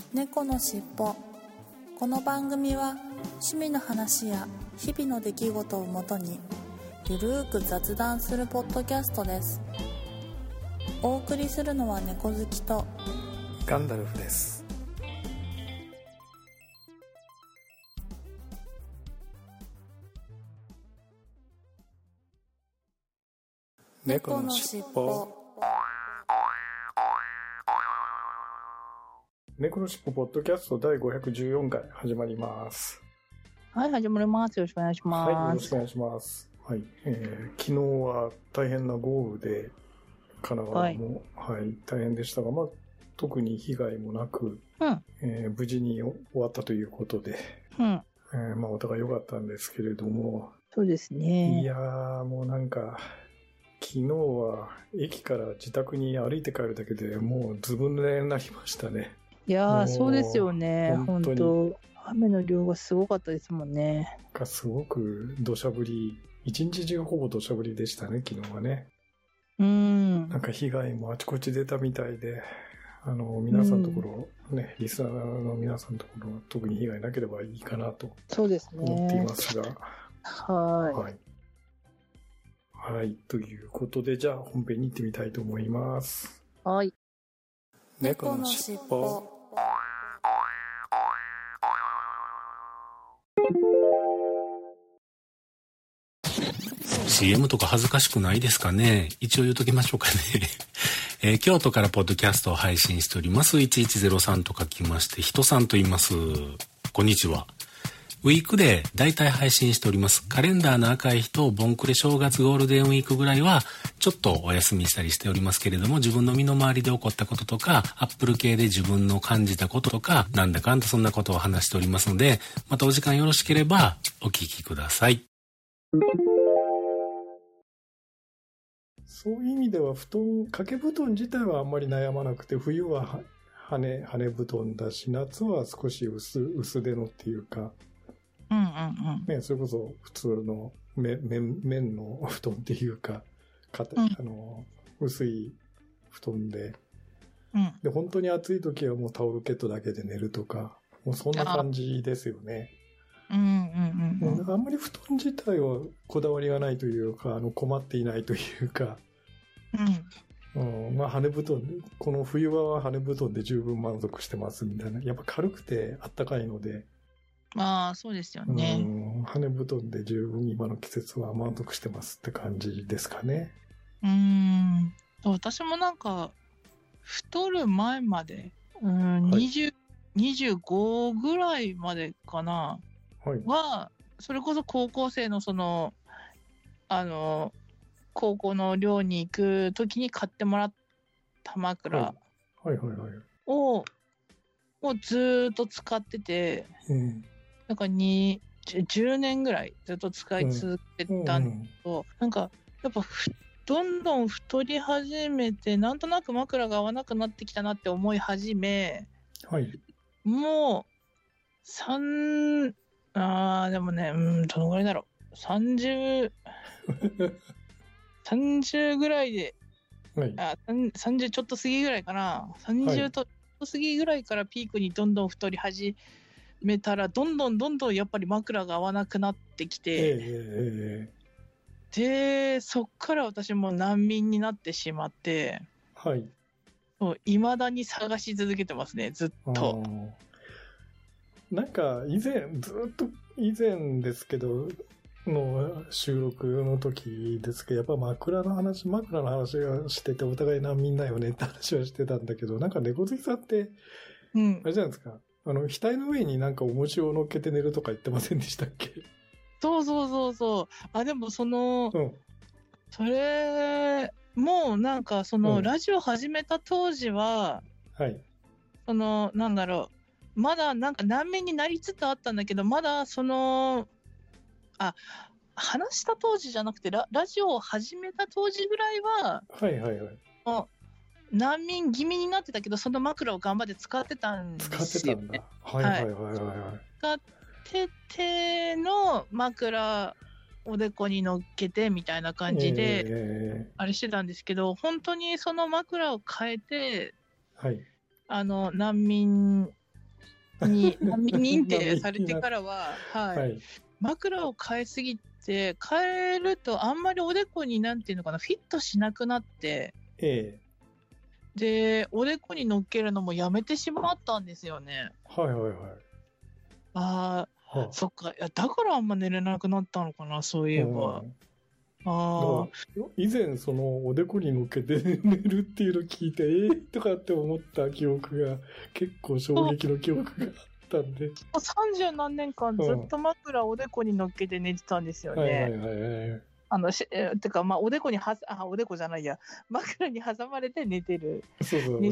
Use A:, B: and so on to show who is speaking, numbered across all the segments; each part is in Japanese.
A: 猫のしっぽ。この番組は趣味の話や日々の出来事をもとにゆるーく雑談するポッドキャストです。お送りするのは猫好きと
B: ガンダルフです。
A: 猫のしっぽ。
B: 猫のしっぽポッドキャスト第514回始まります。
C: はい、始まります。よろしくお願いします。
B: はい、よろしくお願いします。はい、昨日は大変な豪雨で神奈川も、はい大変でしたが、特に被害もなく、無事に終わったということで、お互い良かったんですけれども、
C: そうですね。
B: いやーもうなんか昨日は駅から自宅に歩いて帰るだけでもうずぶ濡れになりましたね。
C: いやーそうですよね。本当雨の量がすごかったですもんね。
B: すごく土砂降り、一日中ほぼ土砂降りでしたね、昨日はね。なんか被害もあちこち出たみたいで、皆さんのところ、ね、リスナーの皆さんのところ特に被害なければいいかなと思っていますが、はい、ということで、じゃあ本編に行ってみたいと思います。
C: はい。
A: 猫のしっぽ。
D: CM とか恥ずかしくないですかね。一応言うときましょうかね。京都からポッドキャストを配信しております。1103と書きまして、人さんと言います。こんにちは。ウィークで大体配信しております。カレンダーの赤い日とボンクレ正月ゴールデンウィークぐらいはちょっとお休みしたりしておりますけれども、自分の身の回りで起こったこととか、アップル系で自分の感じたこととか、なんだかんだそんなことを話しておりますので、またお時間よろしければお聞きください。
B: そういう意味では掛け布団自体はあんまり悩まなくて、冬は羽布団だし、夏は少し薄手のっていうか、ね、それこそ普通の綿の布団っていうか、薄い布団で、で本当に暑い時はもうタオルケットだけで寝るとか、もうそんな感じですよね。あんまり布団自体はこだわりがないというか、困っていないというか、羽布団、この冬場は羽布団で十分満足してますみたいな。やっぱ軽くてあったかいので、
C: そうですよね。
B: 羽布団で十分今の季節は満足してますって感じですかね。
C: 私もなんか太る前まで、25ぐらいまでかな、はそれこそ高校生の高校の寮に行く時に買ってもらった枕をずーっと使ってて、なんか10年ぐらいずっと使い続けたんだけど、なんかやっぱどんどん太り始めて、なんとなく枕が合わなくなってきたなって思い始め、もうでもね、どのぐらいだろう、30ぐらいで、30ちょっと過ぎぐらいかな、30と過ぎぐらいからピークにどんどん太り始めたら、どんどんやっぱり枕が合わなくなってきて、でそっから私も難民になってしまって、未だに探し続けてますね、ずっと。
B: なんかずっと以前ですけどの収録の時ですけど、やっぱ枕の話をしてて、お互い難民だよねって話はしてたんだけど、なんか猫好きさんって、あれじゃないですか、額の上になんか重しを乗っけて寝るとか言ってませんでしたっけ？
C: そう。でもそれもうなんかラジオ始めた当時は、なんだろう、まだなんか難民になりつつあったんだけど、まだ話した当時じゃなくてラジオを始めた当時ぐらいは、難民気味になってたけど、その枕を頑張って使ってたんですよね。使ってての枕おでこに乗っけてみたいな感じで、あれしてたんですけど、本当にその枕を変えて、難民に認定されてからは、はい、枕を変えすぎて、変えるとあんまりおでこになんていうのかな、フィットしなくなって、で、おでこに乗っけるのもやめてしまったんですよね。
B: はいはいはい。
C: ああ、そっか。いや、だからあんま寝れなくなったのかな、そういえば。ああ。
B: 以前、その、おでこに乗っけて寝るっていうのを聞いて、とかって思った記憶が、結構衝撃の記憶があったんで。
C: 30何年間ずっと枕おでこに乗っけて寝てたんですよね。はいはいはいはい。てか、まあ、おでこにおでこじゃないや、枕に挟まれて寝てる。
B: そうそう、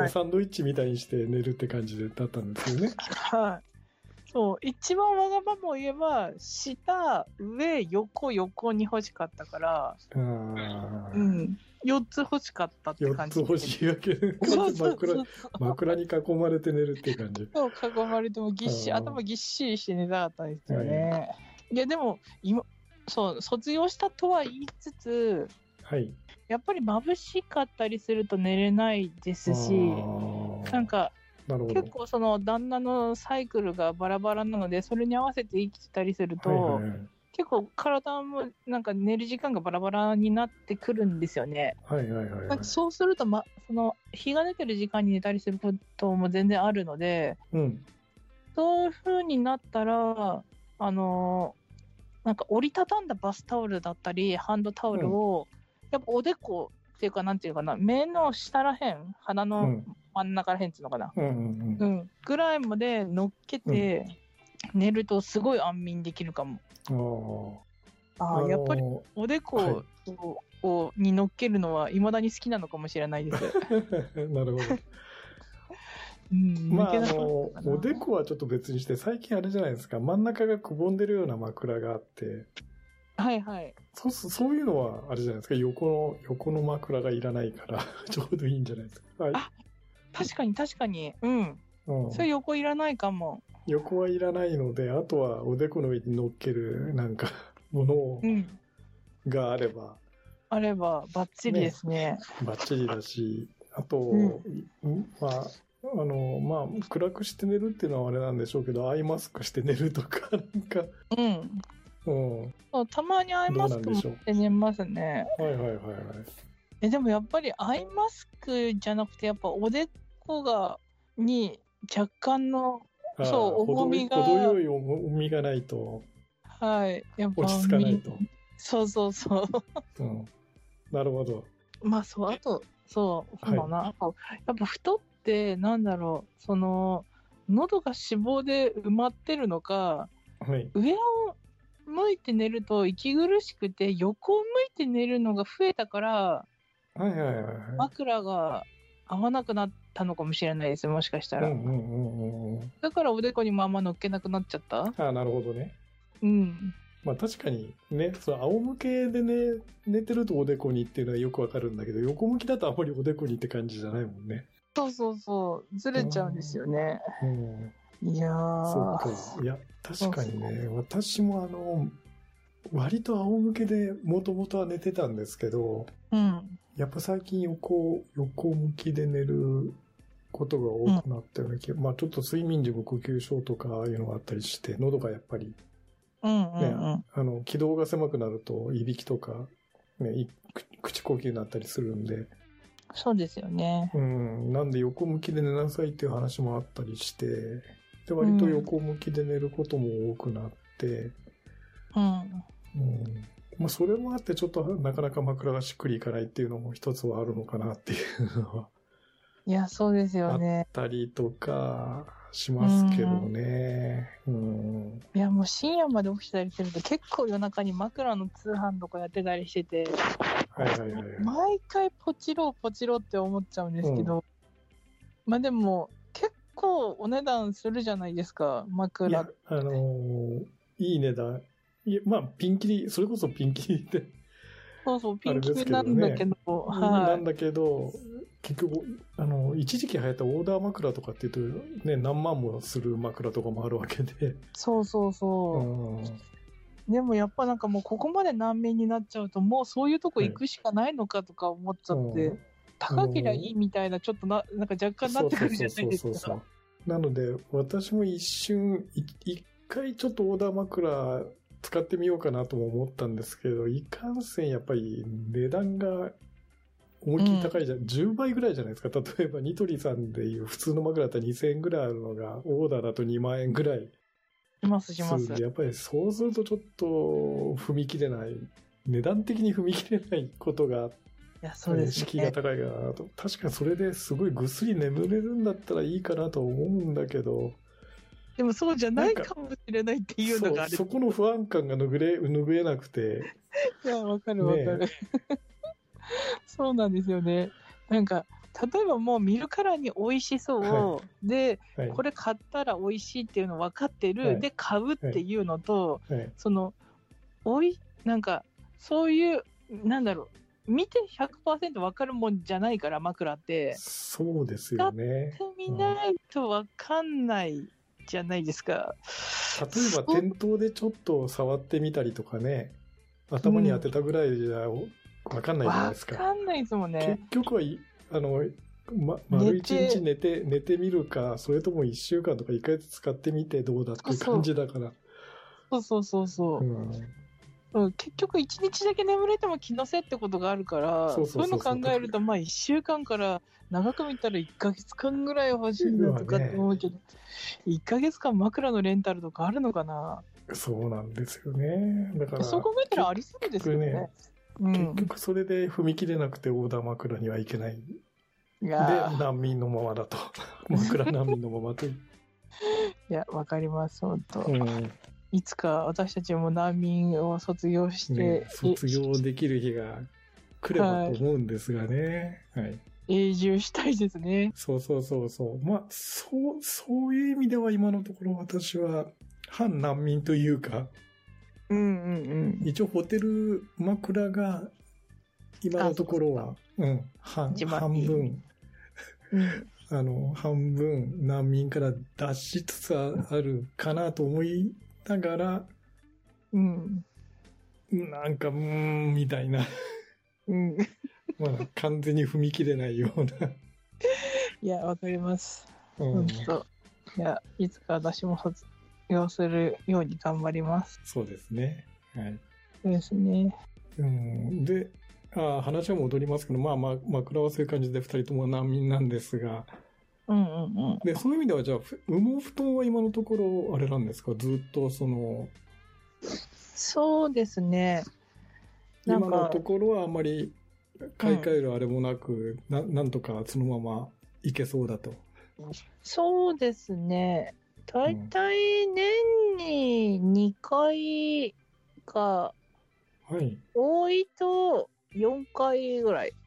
B: サンドイッチみたいにして寝るって感じだったんですよね。
C: はい。そう、一番わがままを言えば、下、上、横に欲しかったから、うん。4つ欲しかったって感じ。
B: 4つ欲しいわけで、枕に囲まれて寝るって感じ。
C: そう、囲まれても頭ぎっしりして寝たかったんですよね。いや、でも、そう、卒業したとは言いつつ、
B: はい。
C: やっぱり眩しかったりすると寝れないですし、なんか、結構その旦那のサイクルがバラバラなので、それに合わせて生きてたりすると、結構体もなんか寝る時間がバラバラになってくるんですよね。そうすると、その日が出てる時間に寝たりすることも全然あるので、そういう風になったら、なんか折りたたんだバスタオルだったり、ハンドタオルを、やっぱおでこっていうか、なんていうかな、目の下らへん、鼻の真ん中らへんっていうのかな、ぐらいまで乗っけて寝るとすごい安眠できるかも。やっぱりおでこに乗っけるのは未だに好きなのかもしれないです。
B: なるほど。まあおでこはちょっと別にして、最近あれじゃないですか、真ん中がくぼんでるような枕があって、
C: はいはい。
B: そういうのはあれじゃないですか、横の枕がいらないからちょうどいいんじゃないですか。はい、
C: 確かに、それ横いらないかも。
B: 横はいらないので、あとはおでこの上に乗っけるなんかものがあれば、
C: バッチリですね。
B: バッチリだし、あと、暗くして寝るっていうのはあれなんでしょうけど、アイマスクして寝るとか、なんか。
C: たまにアイマスクもして寝ますね。でもやっぱりアイマスクじゃなくて、やっぱおでこに若干の、重みが。
B: 程よい重みがないと。
C: はい。やっぱ
B: 落ち着かないと。
C: そう。
B: なるほど。
C: まあ、あと、そうだな。やっぱ太って、なんだろう、その、喉が脂肪で埋まってるのか、上を向いて寝ると息苦しくて、横を向いて寝るのが増えたから、枕が合わなくなったのかもしれないです、もしかしたら。だからおでこにもあんま乗っけなくなっちゃった。
B: なるほどね。まあ確かにね、仰向けで寝てるとおでこにっていうのはよくわかるんだけど、横向きだとあまりおでこにって感じじゃないもんね。
C: そうずれちゃうんですよね。いやー、
B: そうか。いや確かにね、私も割と仰向けでもともとは寝てたんですけど、やっぱ最近横向きで寝ることが多くなったような気が、まあちょっと睡眠時無呼吸症とかああいうのがあったりして、喉がやっぱり気道が狭くなるといびきとか、口呼吸になったりするんで。
C: そうですよね。
B: なんで横向きで寝なさいっていう話もあったりして、で割と横向きで寝ることも多くなって、まあそれもあってちょっとなかなか枕がしっくりいかないっていうのも一つはあるのかなっていうのは。
C: いや、そうですよね。
B: あったりとかしますけどね。
C: いや、もう深夜まで起きたりすると結構夜中に枕の通販とかやってたりしてて、毎回ポチろうって思っちゃうんですけど、まあでも結構お値段するじゃないですか、枕。
B: いい値段。いや、まあそれこそピンキリで。
C: ピンキリなんだけど、
B: なんだけど、結局、一時期流行ったオーダー枕とかっていうと、ね、何万もする枕とかもあるわけで。
C: でもやっぱなんかもうここまで難民になっちゃうと、もうそういうとこ行くしかないのかとか思っちゃって、高けりゃいいみたいな、ちょっとなんか若干なってくるじゃないですか。
B: なので、私も一回ちょっとオーダー枕使ってみようかなとも思ったんですけど、いかんせんやっぱり値段が思いっきり高いじゃん。10倍ぐらいじゃないですか。例えばニトリさんでいう普通の枕だったら2000円ぐらいあるのが、オーダーだと2万円ぐらい。
C: します。
B: やっぱりそうするとちょっと踏み切れない。値段的に踏み切れないことが、
C: いや、そうですね。
B: 敷居が高いかなと。確かにそれですごいぐっすり眠れるんだったらいいかなと思うんだけど。
C: でもそうじゃないかもしれないっていうのがある。
B: そこの不安感が拭えなくて。
C: いや、わかるわかる。ね、そうなんですよね。なんか、例えばもう見るからに美味しそう、はい、で、はい、これ買ったら美味しいっていうの分かってる、はい、で買うっていうのと、はい、そのなんかそういうなんだろう、見て 100% 分かるもんじゃないから、枕って。
B: そうですよね。
C: 使ってみないと分かんないじゃないですか。
B: 例えば店頭でちょっと触ってみたりとかね、頭に当てたぐらいじゃ分かんないじゃないですか。
C: 分かんないですもんね。
B: 結局は丸一日寝てみるか、それとも1週間とか1ヶ月使ってみてどうだっていう感じだから。
C: そう。結局1日だけ眠れても気のせいってことがあるから、そういうの考えると、まあ1週間から長く見たら1ヶ月間ぐらい欲しいなとかって思うけど、1ヶ月間枕のレンタルとかあるのかな。
B: そうなんですよね。だから
C: そう考えたらありそうですよね。
B: 結局それで踏み切れなくてオーダー枕にはいけない。で、難民のままだと。枕難民のままと。い
C: や、わかります、本当。いつか私たちも難民を卒業して、
B: 卒業できる日が来ればと思うんですがね。はい。
C: 永住したいですね。
B: そう。まあ、そういう意味では今のところ私は反難民というか、一応ホテル枕が今のところは、半分、半分難民から脱しつつあるかなと思いながら、なんかみたいな、まあ完全に踏み切れないような。
C: いや、わかります。本当。いや、いつか私も卒業するように頑張ります。
B: そうですね。はい。
C: そうですね。
B: で、話は戻りますけど、まあ、枕はそういう感じで2人とも難民なんですが、で、そういう意味では、じゃあ、羽毛布団は今のところ、あれなんですか、ずっと
C: そうですね。
B: 今のところはあんまり買い替えるあれもなく、なんとかそのままいけそうだと。
C: そうですね。だいたい年に2回か、多いと4回ぐらい、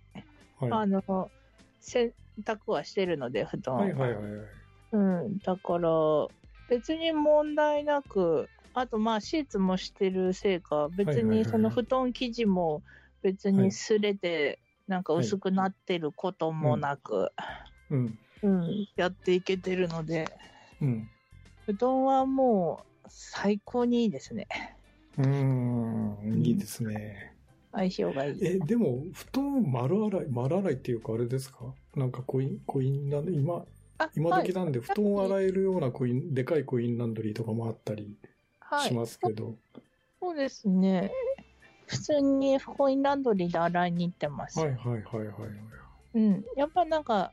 C: 洗濯はしてるので、布団は。だから、別に問題なく、あとまあシーツもしてるせいか、別にその布団生地も別に擦れて、なんか薄くなってることもなく、やっていけてるので、布団はもう最高にいいですね。
B: いいですね。
C: 相性がいい。
B: でも、布団丸洗いっていうかあれですか？なんかコインなんで、今時なんで布団を洗えるようなでかいコインランドリーとかもあったりしますけど。
C: そうですね。普通にコインランドリーで洗いに行ってます。やっぱなんか、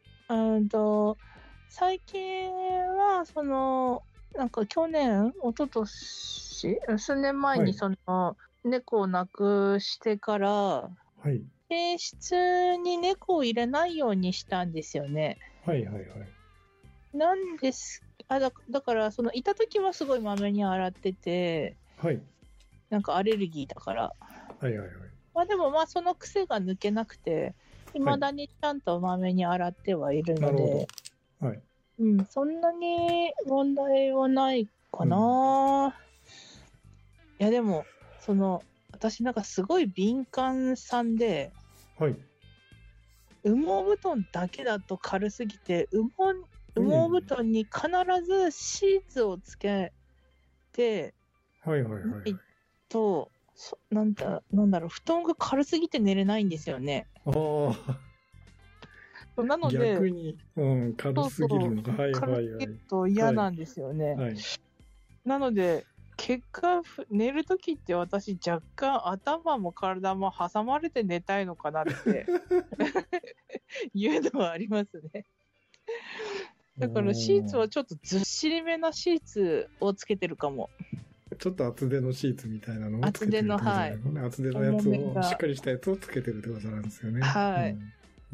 C: 最近は、なんか去年、一昨年、数年前に猫を亡くしてから、寝室に猫を入れないようにしたんですよね。なんです、だから、いた時はすごいまめに洗ってて、なんかアレルギーだから。まあでもその癖が抜けなくて、未だにちゃんとまめに洗ってはいるので、そんなに問題はないかな。いやでも、私なんかすごい敏感さんで、羽毛布団だけだと軽すぎて、羽毛布団に必ずシーツをつけて、なんだろう、布団が軽すぎて寝れないんですよね。 なので、
B: 逆に、軽すぎるのが、はいはいはい。
C: 軽いと嫌なんですよね。はい。なので、結果、寝るときって私若干頭も体も挟まれて寝たいのかなっていうのはありますね。だからシーツはちょっとずっしりめなシーツをつけてるかも。
B: ちょっと厚手のシーツみたいなのをつけてるってこと
C: ですよ
B: ね。厚手のやつを、しっかりしたやつをつけてるってことなんですよね。
C: はい。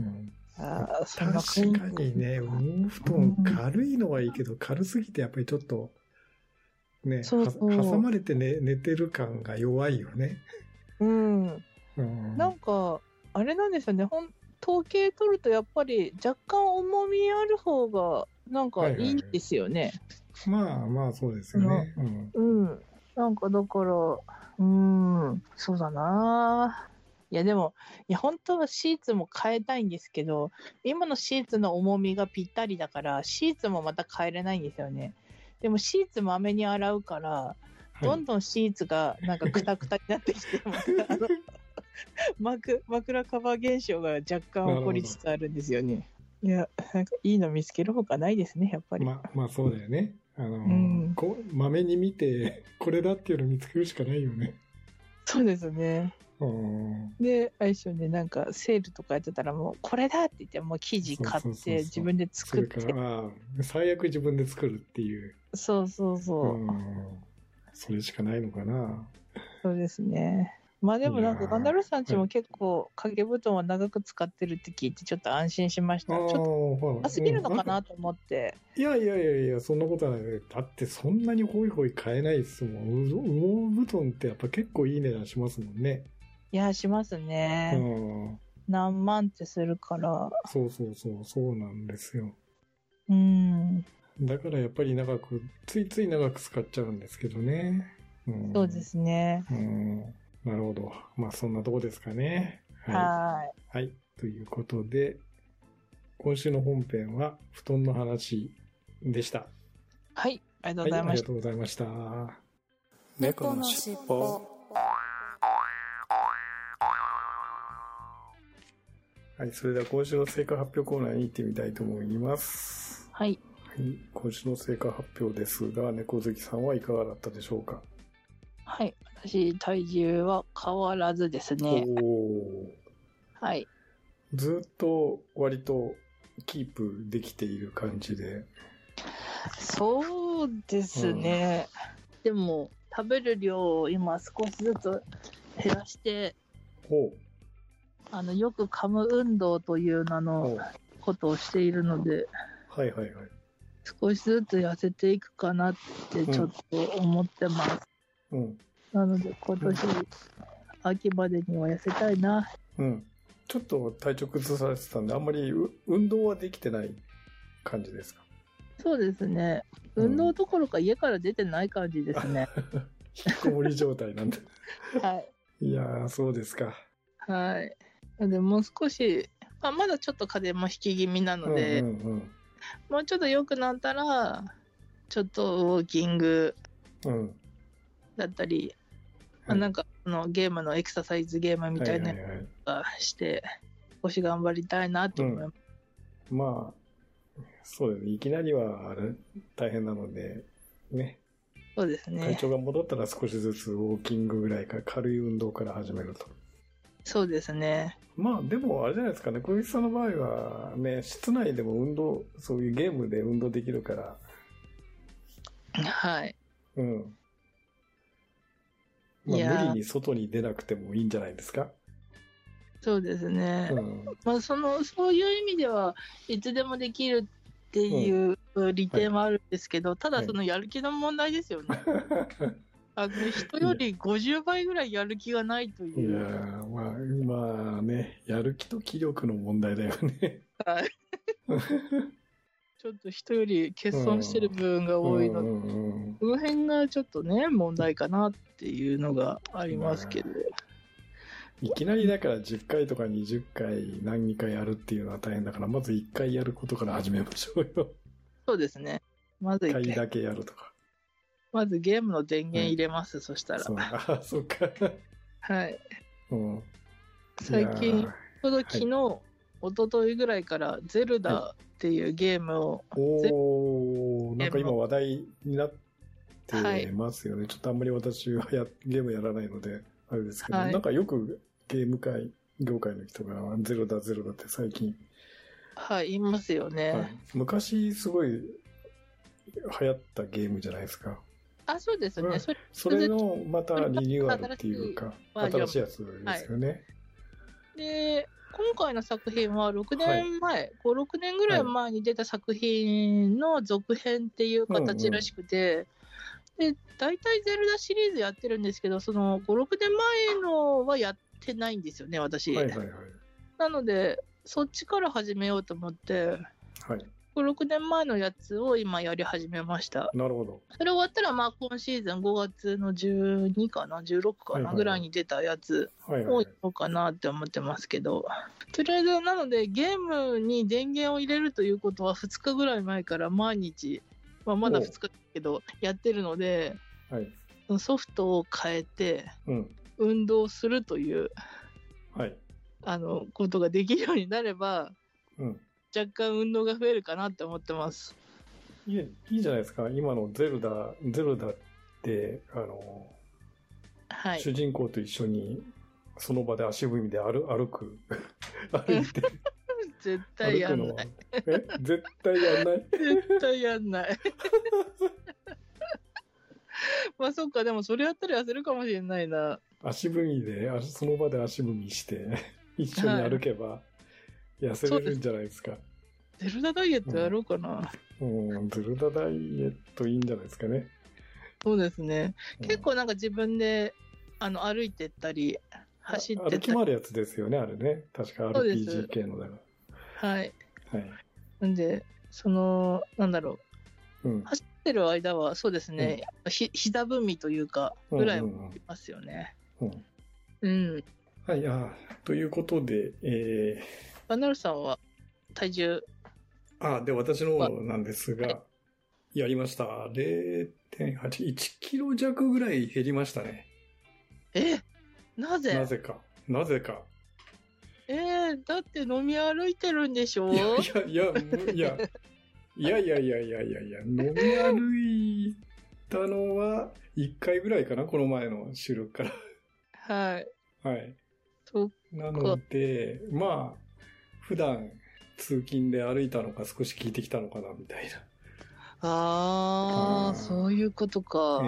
B: 確かにね、羽毛布団軽いのはいいけど、軽すぎてやっぱりちょっと、ね、挟まれて、寝てる感が弱いよね。
C: なんか、あれなんですよね。統計取るとやっぱり若干重みある方がなんかいいんですよね。
B: まあまあそうですよね。
C: なんかだから、そうだな。いやでも、本当はシーツも変えたいんですけど、今のシーツの重みがぴったりだから、シーツもまた変えれないんですよね。でもシーツまめに洗うから、どんどんシーツがなんかクタクタになってきて、枕カバー現象が若干起こりつつあるんですよね。いや、なんかいいの見つけるほかないですね、やっぱり。
B: まあそうだよね。まめに見て、これだっていうの見つけるしかないよね。
C: そうですね。で、あれですよね、なんかセールとかやってたらもう、これだって言って、もう生地買って自分で作って。
B: 最悪自分で作るっていう。
C: そうそうそう。
B: それしかないのかな。
C: そうですね。まあでもなんかガンダルさんちも結構掛け布団は長く使ってるって聞いてちょっと安心しました。ちょっと高すぎるのかなと思って。
B: いや、そんなことはない。だってそんなにホイホイ買えないですもん。羽毛布団ってやっぱ結構いい値段しますもんね。
C: いや、しますね。何万ってするから。
B: そうなんですよ。だからやっぱりついつい長く使っちゃうんですけどね。
C: そうですね。
B: なるほど。まあそんなとこですかね。はい。ということで、今週の本編は布団の話でした。
C: はい、ありがとうございました。
B: ありがとうございました。
A: 猫のしっぽ。
B: はい、それでは今週の成果発表コーナーに行ってみたいと思います。
C: はい。
B: 今週の成果発表ですが、猫好きさんはいかがだったでしょうか？
C: はい、私体重は変わらずですね。はい。
B: ずっと割とキープできている感じで。
C: そうですね。でも食べる量を今少しずつ減らして、よく噛む運動という名のことをしているので、少しずつ痩せていくかなってちょっと思ってます。なので今年秋までには痩せたいな。
B: ちょっと体調崩されてたんであんまり運動はできてない感じですか？
C: そうですね。運動どころか家から出てない感じですね。
B: 引きこもり状態なんで。
C: はい。
B: いやー、そうですか。
C: はい。でもう少し、まだちょっと風邪も引き気味なので、もうちょっと良くなったら、ちょっとウォーキングだったり、なんかゲームのエクササイズゲームみたいなのがして、少し頑張りたいなと思います。
B: まあ、そうですね。いきなりは大変なので、ね。
C: そうですね。
B: 体調が戻ったら少しずつウォーキングぐらいから軽い運動から始めると。
C: そうですね。
B: まあでもあれじゃないですかね。小雪さんの場合はね、室内でもそういうゲームで運動できるから。
C: はい。
B: まあ、無理に外に出なくてもいいんじゃないですか。
C: そうですね。まあそういう意味ではいつでもできるっていう利点はあるんですけど、ただそのやる気の問題ですよね。人より50倍ぐらいやる気がないという。
B: いやまあね、やる気と気力の問題だよね。
C: はい。ちょっと人より欠損してる部分が多いので、その辺がちょっとね、問題かなっていうのがありますけど。
B: いきなりだから10回とか20回何回やるっていうのは大変だから、まず1回やることから始めましょうよ。
C: そうですね。まず
B: 1回だけやるとか。
C: まずゲームの電源入れます、そしたら。
B: そうか。
C: はい。最近、ちょうど昨日、 一昨日ぐらいからゼルダっていうゲームを、
B: なんか今話題になってますよね。ちょっとあんまり私はゲームやらないので、あれですけど、なんかよくゲーム業界の人がゼルダって最近。
C: 言いますよね。
B: 昔すごい流行ったゲームじゃないですか。
C: そうですね。
B: それのまたリニューアルっていうか、新しいやつですよね。
C: で、今回の作品は6年前、5、6年ぐらい前に出た作品の続編っていう形らしくて、で、大体ゼルダシリーズやってるんですけど、その5、6年前のはやってないんですよね、私。なので、そっちから始めようと思って、5、6年前のやつを今やり始めました。
B: なるほど。
C: それ終わったら、今シーズン5月の12かな、16かな、ぐらいに出たやつをやろうかなって思ってますけど、とりあえず、なので、ゲームに電源を入れるということは2日ぐらい前から毎日、まだ2日だけど、やってるので、ソフトを変えて、運動するという、ことができるようになれば、若干運動が増えるかなって思ってます。
B: いいじゃないですか。今のゼルダって、主人公と一緒にその場で足踏みで歩いて
C: 絶対やんない。
B: 絶対やんない
C: 絶対やんない。そっか、でもそれやったら痩せるかもしれないな。
B: 足踏みで、その場で足踏みして一緒に歩けば、痩せれるんじゃないですか。
C: ゼルダダイエットやろうかな。
B: ゼルダダイエットいいんじゃないですかね。
C: そうですね。結構なんか自分で歩いてったり、走ってったり。
B: 歩き回るやつですよね、あれね。確か RPG 系のだから。
C: なんで、走ってる間はそうですね、膝踏みというか、ぐらいはありますよね。
B: ということで、
C: バナルさんは体重。
B: で、私の方なんですが、やりました。0.8、1キロ弱ぐらい減りましたね。
C: なぜ
B: か。
C: だって飲み歩いてるんでしょ？
B: いや、飲み歩いたのは1回ぐらいかな、この前の収録から。なので、普段通勤で歩いたのが少し効いてきたのかな、みたい
C: な。そういうことか。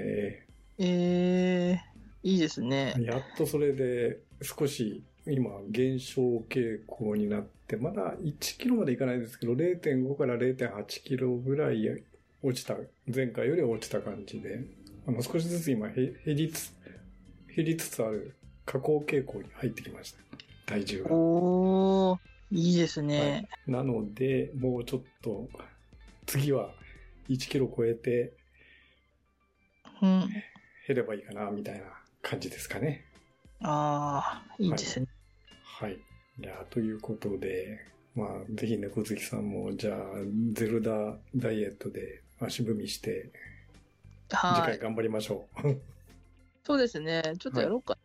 C: いいですね。
B: やっとそれで少し今減少傾向になって、まだ1キロまでいかないですけど、0.5 から 0.8 キロぐらい落ちた、前回より落ちた感じで、少しずつ今減りつつある下降傾向に入ってきました。体重が。
C: いいですね。
B: なので、もうちょっと、次は1キロ超えて、減ればいいかな、みたいな感じですかね。
C: いいですね。
B: ということで、ぜひ猫好きさんも、じゃあ、ゼルダダイエットで足踏みして、次回頑張りましょう。
C: そうですね。ちょっとやろうか。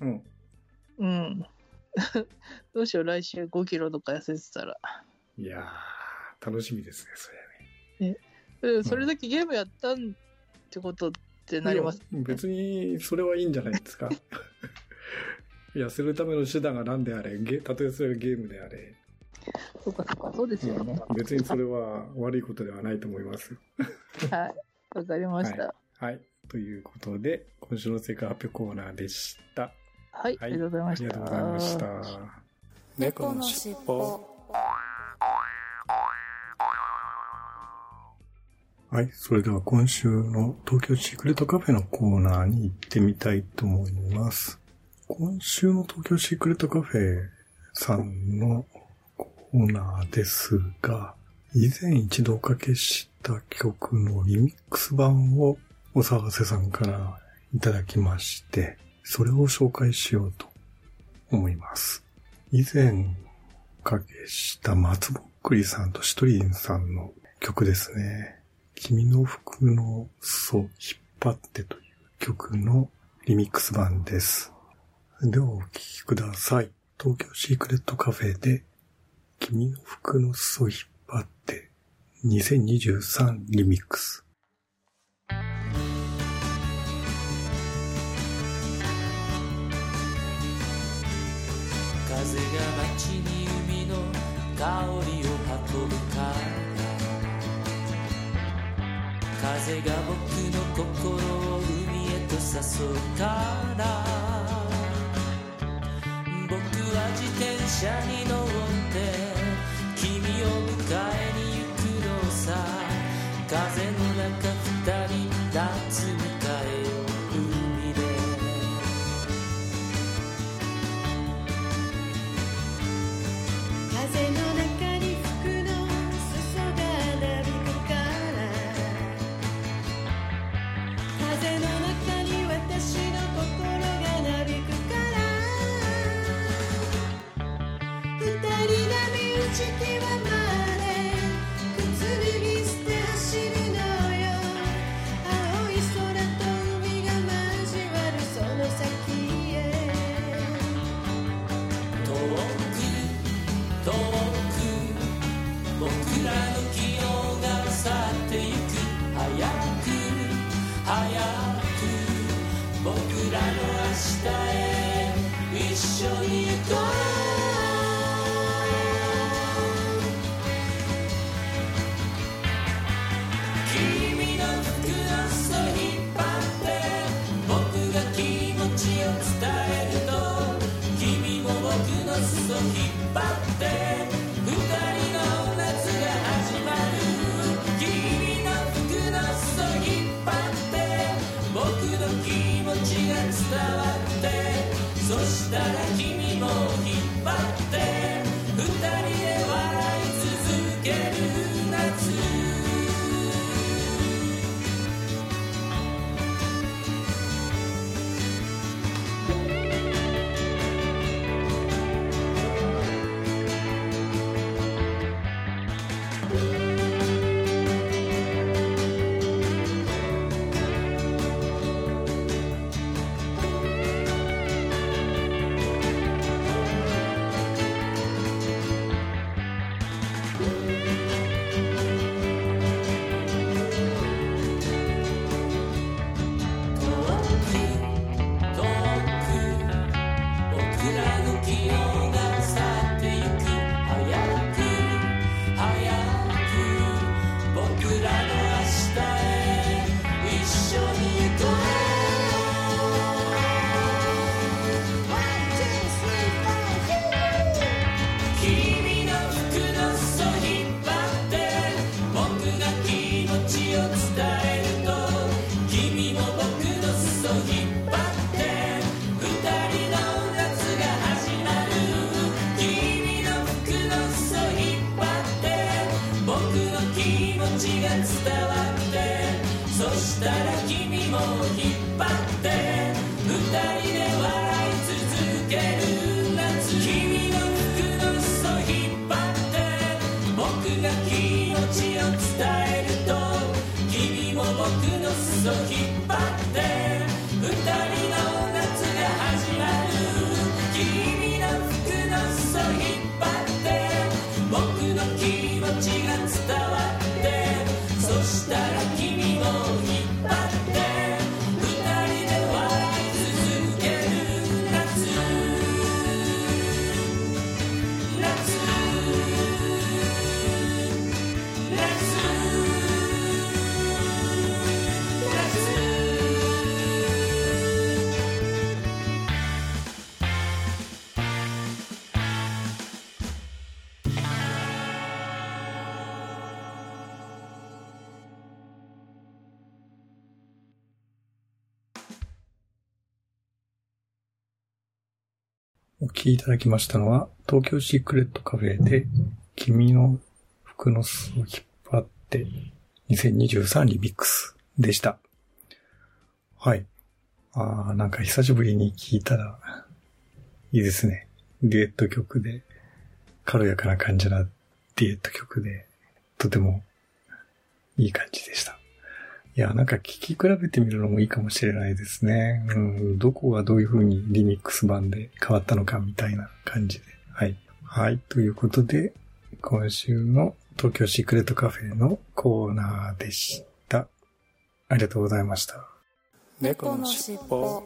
C: どうしよう、来週5キロとか痩せてたら。
B: いやー、楽しみですね、そ
C: れね。それだけゲームやったんってことってなります、
B: ね。別に、それはいいんじゃないですか。痩せるための手段が何であれ、たとえそれがゲームであれ。
C: そうですよね。
B: 別にそれは悪いことではないと思います。
C: わかりました。
B: ということで、今週の成果発表コーナーでした。
C: ありがとうございました。
B: ありがとうございました。
A: 猫のしっぽ。
B: それでは今週の東京シークレットカフェのコーナーに行ってみたいと思います。今週の東京シークレットカフェさんのコーナーですが、以前一度おかけした曲のリミックス版をお騒せさんからいただきまして、それを紹介しようと思います。以前おかけした松ぼっくりさんとしとりんさんの曲ですね。君の服の裾引っ張ってという曲のリミックス版です。ではお聴きください。東京シークレットカフェで君の服の裾を引っ張って2023リミックス。
E: 風が街に海の香りを運ぶから風が僕の心を海へと誘うから僕は自転車に乗って君を迎えに行くのさ風の中二人立つ迎えよ海で
F: 風の中に服の裾がなびくから風の中に私の心がなびくから二人波打ち際まで靴脱ぎ捨て走るのよ青い空と海が交わるその先へ
E: 遠く僕らの記憶が去ってゆく早く僕らの明日へ一緒に行こう君の服の裾引っ張って僕が気持ちを伝えると君も僕の裾引っ張って二人の夏が始まる君の服の裾引っ張って僕の気持ちが伝わってそしたら君も引っ張って二人で笑い続ける夏
B: お聴きいただきましたのは、東京シークレットカフェで、君の服の裾を引っ張って、2023リミックスでした。はい。なんか久しぶりに聴いたら、いいですね。デュエット曲で、軽やかな感じなデュエット曲で、とてもいい感じでした。いや、なんか聴き比べてみるのもいいかもしれないですね。どこがどういう風にリミックス版で変わったのかみたいな感じで。はい。はい。ということで、 今週の東京シークレットカフェのコーナーでした。ありがとうございました。
A: 猫のしっぽ。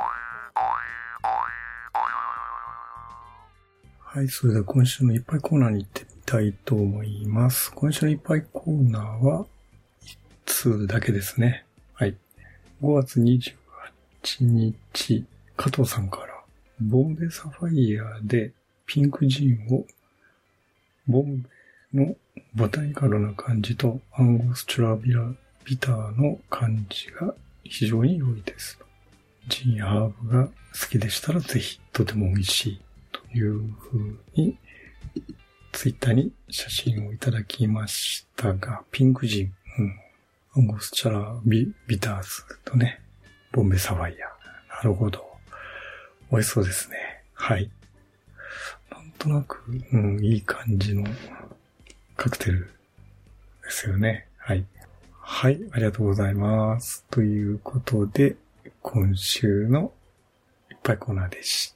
B: はい、それでは今週のいっぱいコーナーに行ってみたいと思います。今週のいっぱいコーナーは1通だけですね。はい。5月28日、加藤さんから、ボンベサファイアでピンクジンを、ボンベのボタニカルな感じとアンゴスチュラビターの感じが非常に良いです。ジンやハーブが好きでしたらぜひ、とても美味しいという風にツイッターに写真をいただきましたが、ピンクジン、アンゴスチャラビターズとね、ボンベサファイア。なるほど。美味しそうですね。はい。なんとなく、いい感じのカクテルですよね。はい。はい、ありがとうございます。ということで、今週のいっぱいコーナーでした。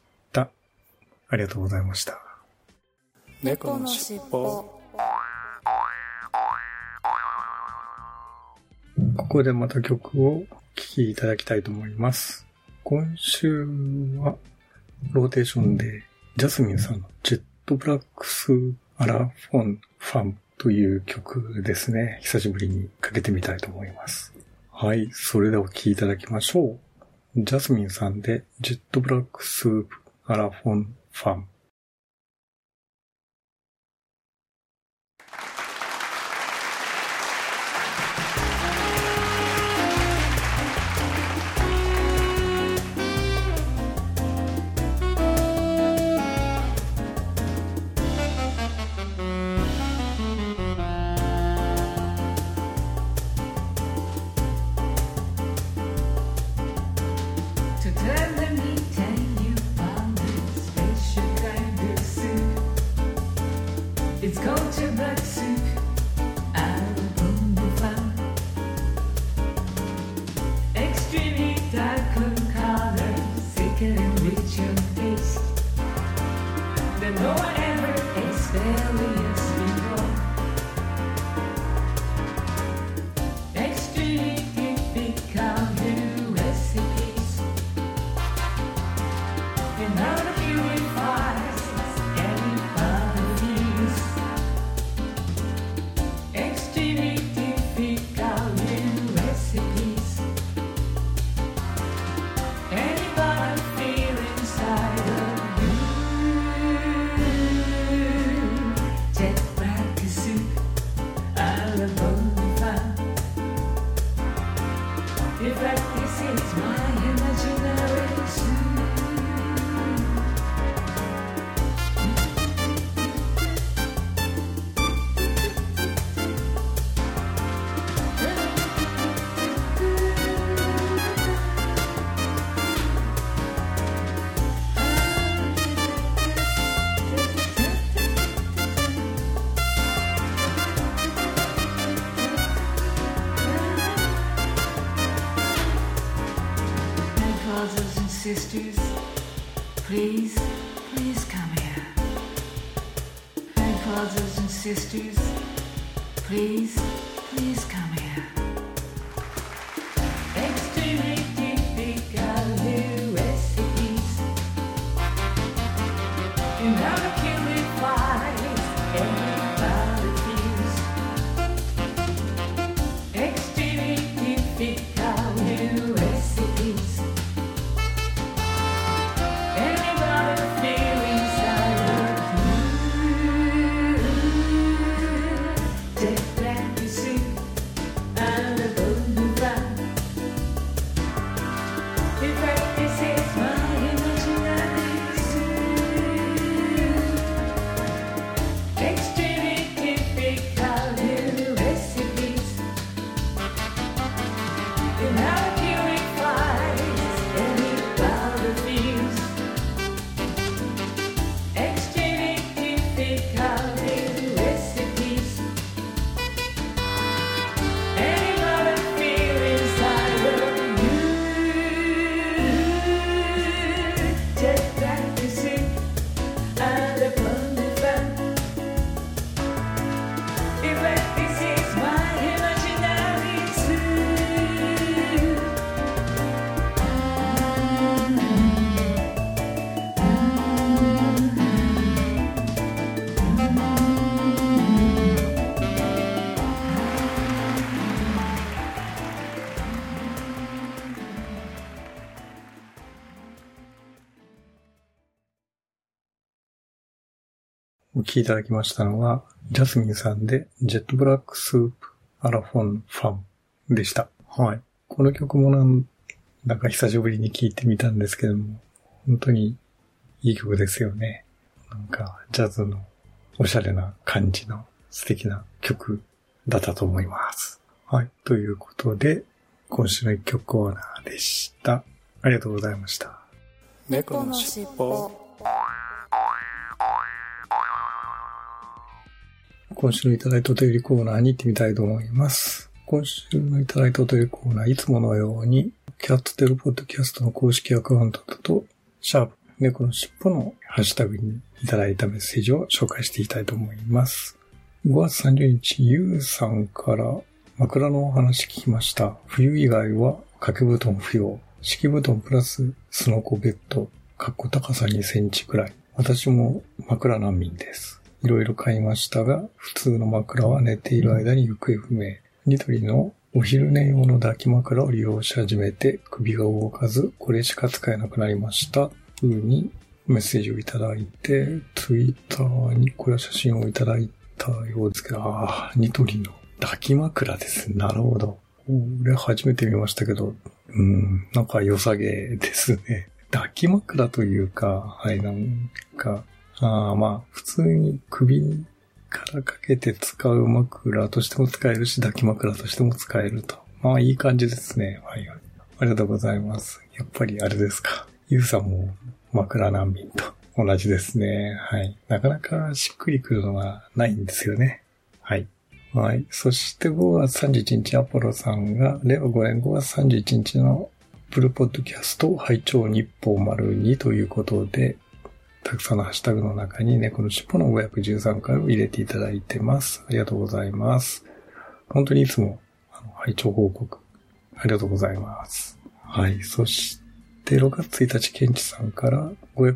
B: ありがとうございました。
A: 猫のしっぽ。
B: ここでまた曲を聴きいただきたいと思います。今週はローテーションでジャスミンさんのジェットブラックスアラファンという曲ですね。久しぶりにかけてみたいと思います。はい、それではお聴きいただきましょう。ジャスミンさんでジェットブラックスアラファン。
E: Sisters, please come here. And brothers and sisters, please come here. Extremely difficult new recipes. And how to purify everybody feels. Extremely difficult new recipes. And
B: お聞きいただきましたのは、ジャスミンさんでジェットブラックスープアラフォンファンでした。はい。この曲もなんか久しぶりに聴いてみたんですけども、本当にいい曲ですよね。なんかジャズのおしゃれな感じの素敵な曲だったと思います。はい。ということで、今週の一曲コーナーでした。ありがとうございました。
A: 猫のしっぽ。
B: 今週のいただいたお便りコーナーに行ってみたいと思います。今週のいただいたお便りコーナー、いつものように、キャッツテルポッドキャストの公式アカウントと、シャープ猫のしっぽのハッシュタグにいただいたメッセージを紹介していきたいと思います。5月30日、ゆうさんから枕のお話聞きました。冬以外は掛け布団不要。敷布団プラススノコベッド、高さ2センチくらい。私も枕難民です。いろいろ買いましたが、普通の枕は寝ている間に行方不明。ニトリのお昼寝用の抱き枕を利用し始めて首が動かず、これしか使えなくなりました。という風にメッセージをいただいて、ツイッターにこれは写真をいただいたようですけど、ニトリの抱き枕です。なるほど。これ初めて見ましたけど、なんか良さげですね。抱き枕というか、はい、なんか、まあ、普通に首からかけて使う枕としても使えるし、抱き枕としても使えると。まあ、いい感じですね。はい。ありがとうございます。やっぱりあれですか。ゆうさんも枕難民と同じですね。はい。なかなかしっくりくるのがないんですよね。はい。はい。そして5月31日、アポロさんが、令和5年5月31日のプルポッドキャスト拝聴日報02ということで、たくさんのハッシュタグの中に猫のしっぽの513回を入れていただいてます。ありがとうございます。本当にいつも拝聴報告ありがとうございます。はい。そして6月1日、ケンチさんから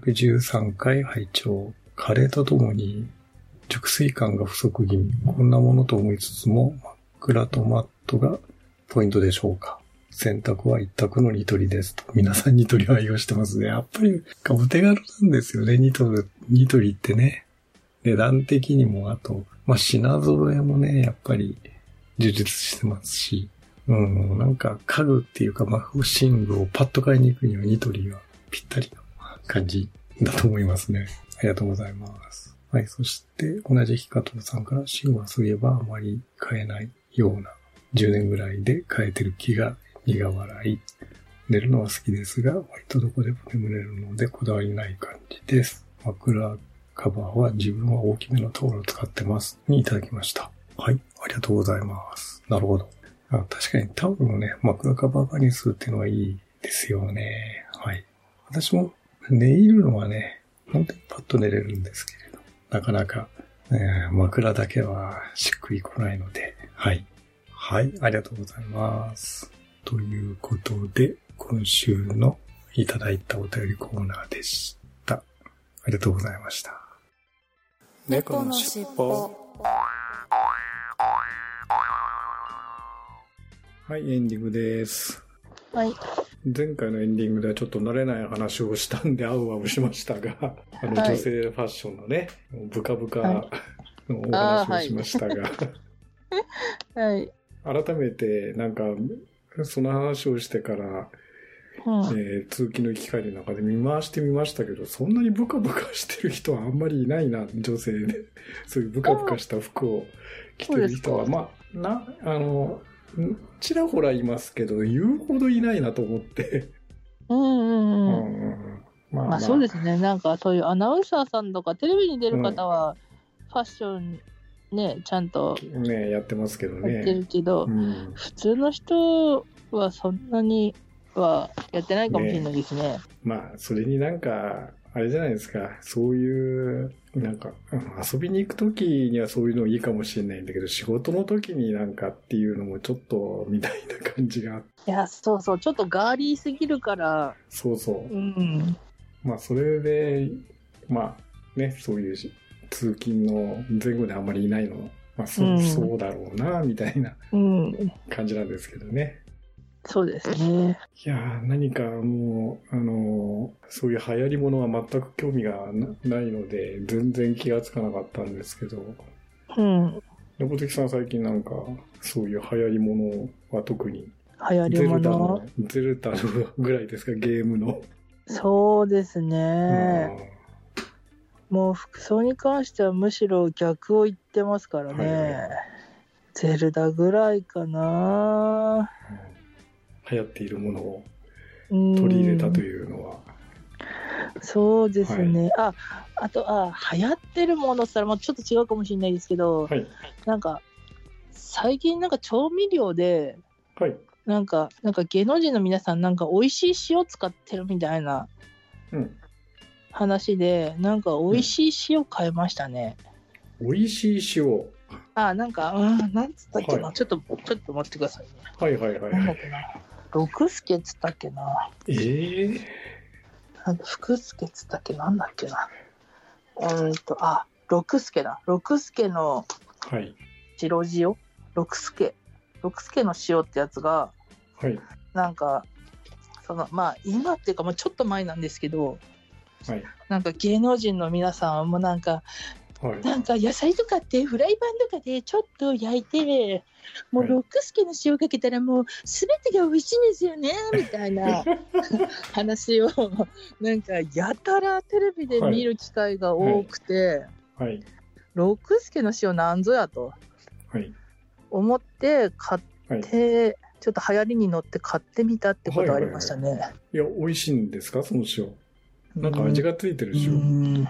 B: 513回拝聴。カレーとともに熟睡感が不足気味。こんなものと思いつつも枕とマットがポイントでしょうか。選択は一択のニトリですと。皆さんニトリを愛用してますね。やっぱりお手軽なんですよね。ニトリってね。値段的にも、あと、品揃えもね、やっぱり充実してますし。なんか家具っていうか、寝具をパッと買いに行くにはニトリはぴったりな感じだと思いますね。ありがとうございます。はい。そして、同じ日加藤さんから、寝具はそういえばあまり買えないような、10年ぐらいで買えてる気が苦笑い。寝るのは好きですが、割とどこでも眠れるのでこだわりない感じです。枕カバーは自分は大きめのタオルを使ってます。にいただきました。はい。ありがとうございます。なるほど。確かにタオルをね、枕カバーにするっていうのはいいですよね。はい。私も寝るのはね、本当にパッと寝れるんですけれど、なかなか、枕だけはしっくりこないので、はい。はい。ありがとうございます。ということで、今週のいただいたお便りコーナーでした。ありがとうございました。
A: 猫のしっぽ。
B: はい、エンディングです。
C: はい。
B: 前回のエンディングではちょっと慣れない話をしたんで、あうあうしましたが、女性ファッションのね、ブカブカのお話をしましたが、
C: はい。
B: 改めて、なんか、その話をしてから、通勤の行き帰りの中で見回してみましたけど、そんなにブカブカしてる人はあんまりいないな、女性で。そういうブカブカした服を着てる人は、ちらほらいますけど、言うほどいないなと思って。
C: そうですね。なんかそういうアナウンサーさんとかテレビに出る方は、ファッションね、ちゃんと
B: ねやってますけどね。
C: やってるけど、普通の人はそんなにはやってないかもしれないですね。
B: それになんか、あれじゃないですか、そういう、なんか、遊びに行くときにはそういうのいいかもしれないんだけど、仕事のときになんかっていうのもちょっと、みたいな感じが。
C: いや、そうそう、ちょっとガーリーすぎるから。
B: そうそう。それで、そういう通勤の前後であんまりいないの。そうだろうな、みたいな感じなんですけどね。
C: そうですね。
B: いやー、何かもう、そういう流行りものは全く興味がないので、全然気がつかなかったんですけど。
C: うん。
B: 猫的さん最近なんか、そういう流行りものは特に。
C: 流行りもの
B: ゼルダのぐらいですか、ゲームの。
C: そうですね。もう服装に関してはむしろ逆を言ってますからね。はい、ゼルダぐらいかな、
B: 流行っているものを取り入れたというのは。
C: そうですね。はい、あと、流行ってるものって言ったらもうちょっと違うかもしれないですけど、はい、なんか、最近なんか調味料で、はい、なんか芸能人の皆さんなんか美味しい塩使ってるみたいな話で、なんか美味しい塩買いましたね。
B: 美味しい塩。
C: なんか、なんつったっけな、はい、ちょっと待ってくださいね。
B: はいはいはい。
C: なんだっけな。六助っつったっけな。福助っつったっけ、なんだっけな。六助だ。六助の白塩、六助の塩ってやつが、はい、なんか、今っていうか、ちょっと前なんですけど、はい、なんか芸能人の皆さんもなんか野菜とかってフライパンとかでちょっと焼いて、もう六助の塩かけたらもう全てが美味しいんですよねみたいな話をなんかやたらテレビで見る機会が多くて、六助の塩なんぞやと思って買って、ちょっと流行りに乗って買ってみたってことありましたね。
B: いや、美味しいんですか、その塩。なんか味がついてる塩。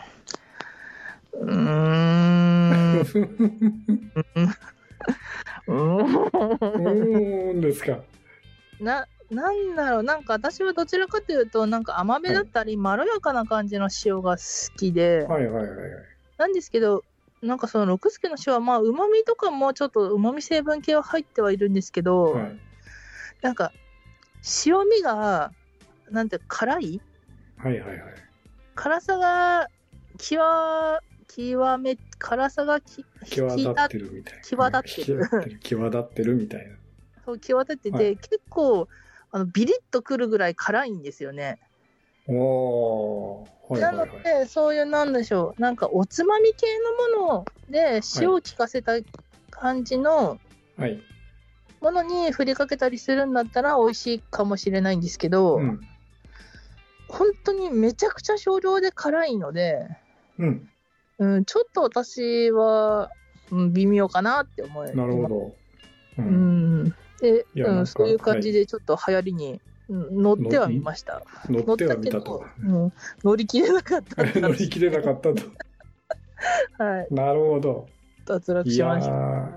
B: ですか。
C: なんだろう、なんか私はどちらかというとなんか甘めだったりまろやかな感じの塩が好きで、なんですけど、なんかその六助の塩は旨味とかもちょっと旨味成分系は入ってはいるんですけど、なんか塩味がなんて辛い、辛さが辛さが
B: 際立ってるみたいな。際立ってるみたいな。
C: そう、際立ってて、結構ビリッとくるぐらい辛いんですよね。なので、そういうなんでしょう、なんかおつまみ系のもので塩を効かせた感じのものに振りかけたりするんだったら美味しいかもしれないんですけど、本当にめちゃくちゃ少量で辛いので、ちょっと私は、微妙かなって思います。
B: なるほど。
C: で、そういう感じでちょっと流行りに乗ってはみました。
B: 乗ってはみたと。
C: 乗り切れなかった。
B: 乗り切れなかったと。
C: はい。
B: なるほど。
C: 脱落しました。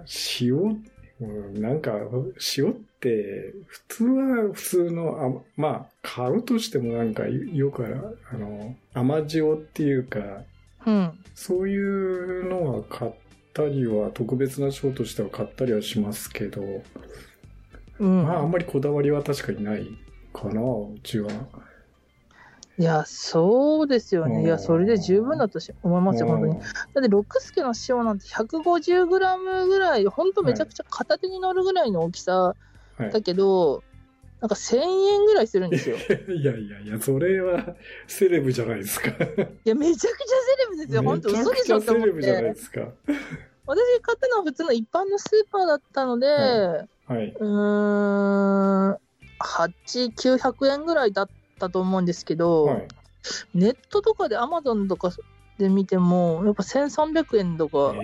B: なんか塩って普通は普通の買うとしてもなんかよく甘塩っていうか、そういうのは買ったりは特別な賞としては買ったりはしますけど、あんまりこだわりは確かにないかな、うちは。
C: いや、そうですよね。いや、それで十分だと思いますよ、本当に。だって六助の塩なんて 150g ぐらい、本当めちゃくちゃ片手に乗るぐらいの大きさだけど、なんか1000円ぐらいするんですよ。
B: いや、それはセレブじゃないですか。い
C: や、めちゃくちゃセレブですよ。本当嘘でしょって思って。めちゃくちゃセレブじゃないですか。私が買ったのは普通の一般のスーパーだったので、900円ぐらいだったと思うんですけど、ネットとかで Amazon とかで見ても、やっぱ1300円とか、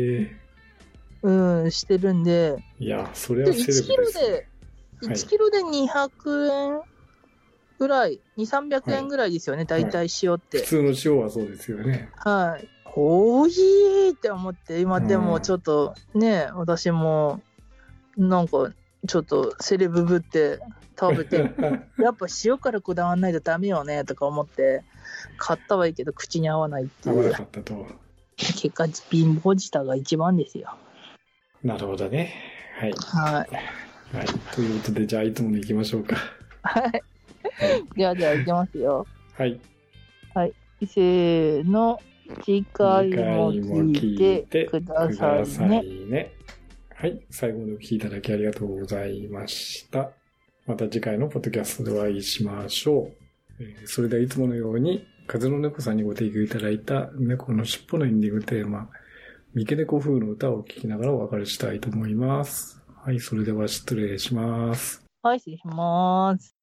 C: してるんで、
B: いや、それはセレブですね。
C: 1キロで200円ぐらい、2、300円ぐらいですよね、大体塩って。
B: 普通の塩はそうですよね。
C: はい。おいしいって思って、今でもちょっとね、私も、なんか、ちょっとセレブぶって食べて、やっぱ塩からこだわんないとダメよね、とか思って、買ったはいいけど口に合わないっていう。
B: 合わなかったと。
C: 結果、貧乏舌が一番ですよ。
B: なるほどね。はい。
C: はい。
B: はい、ということで、じゃあいつもの行きましょうか。
C: はい。では行きますよ。
B: はい。
C: はい。せーの。次回も聞いてくださいね。
B: はい。最後までお聞きいただきありがとうございました。 また次回のポッドキャストでお会いしましょう。それではいつものように、風の猫さんにご提供いただいた猫のしっぽのエンディングテーマ、三毛猫風の歌を聴きながらお別れしたいと思います。はい、それでは失礼します。
C: はい、失礼します。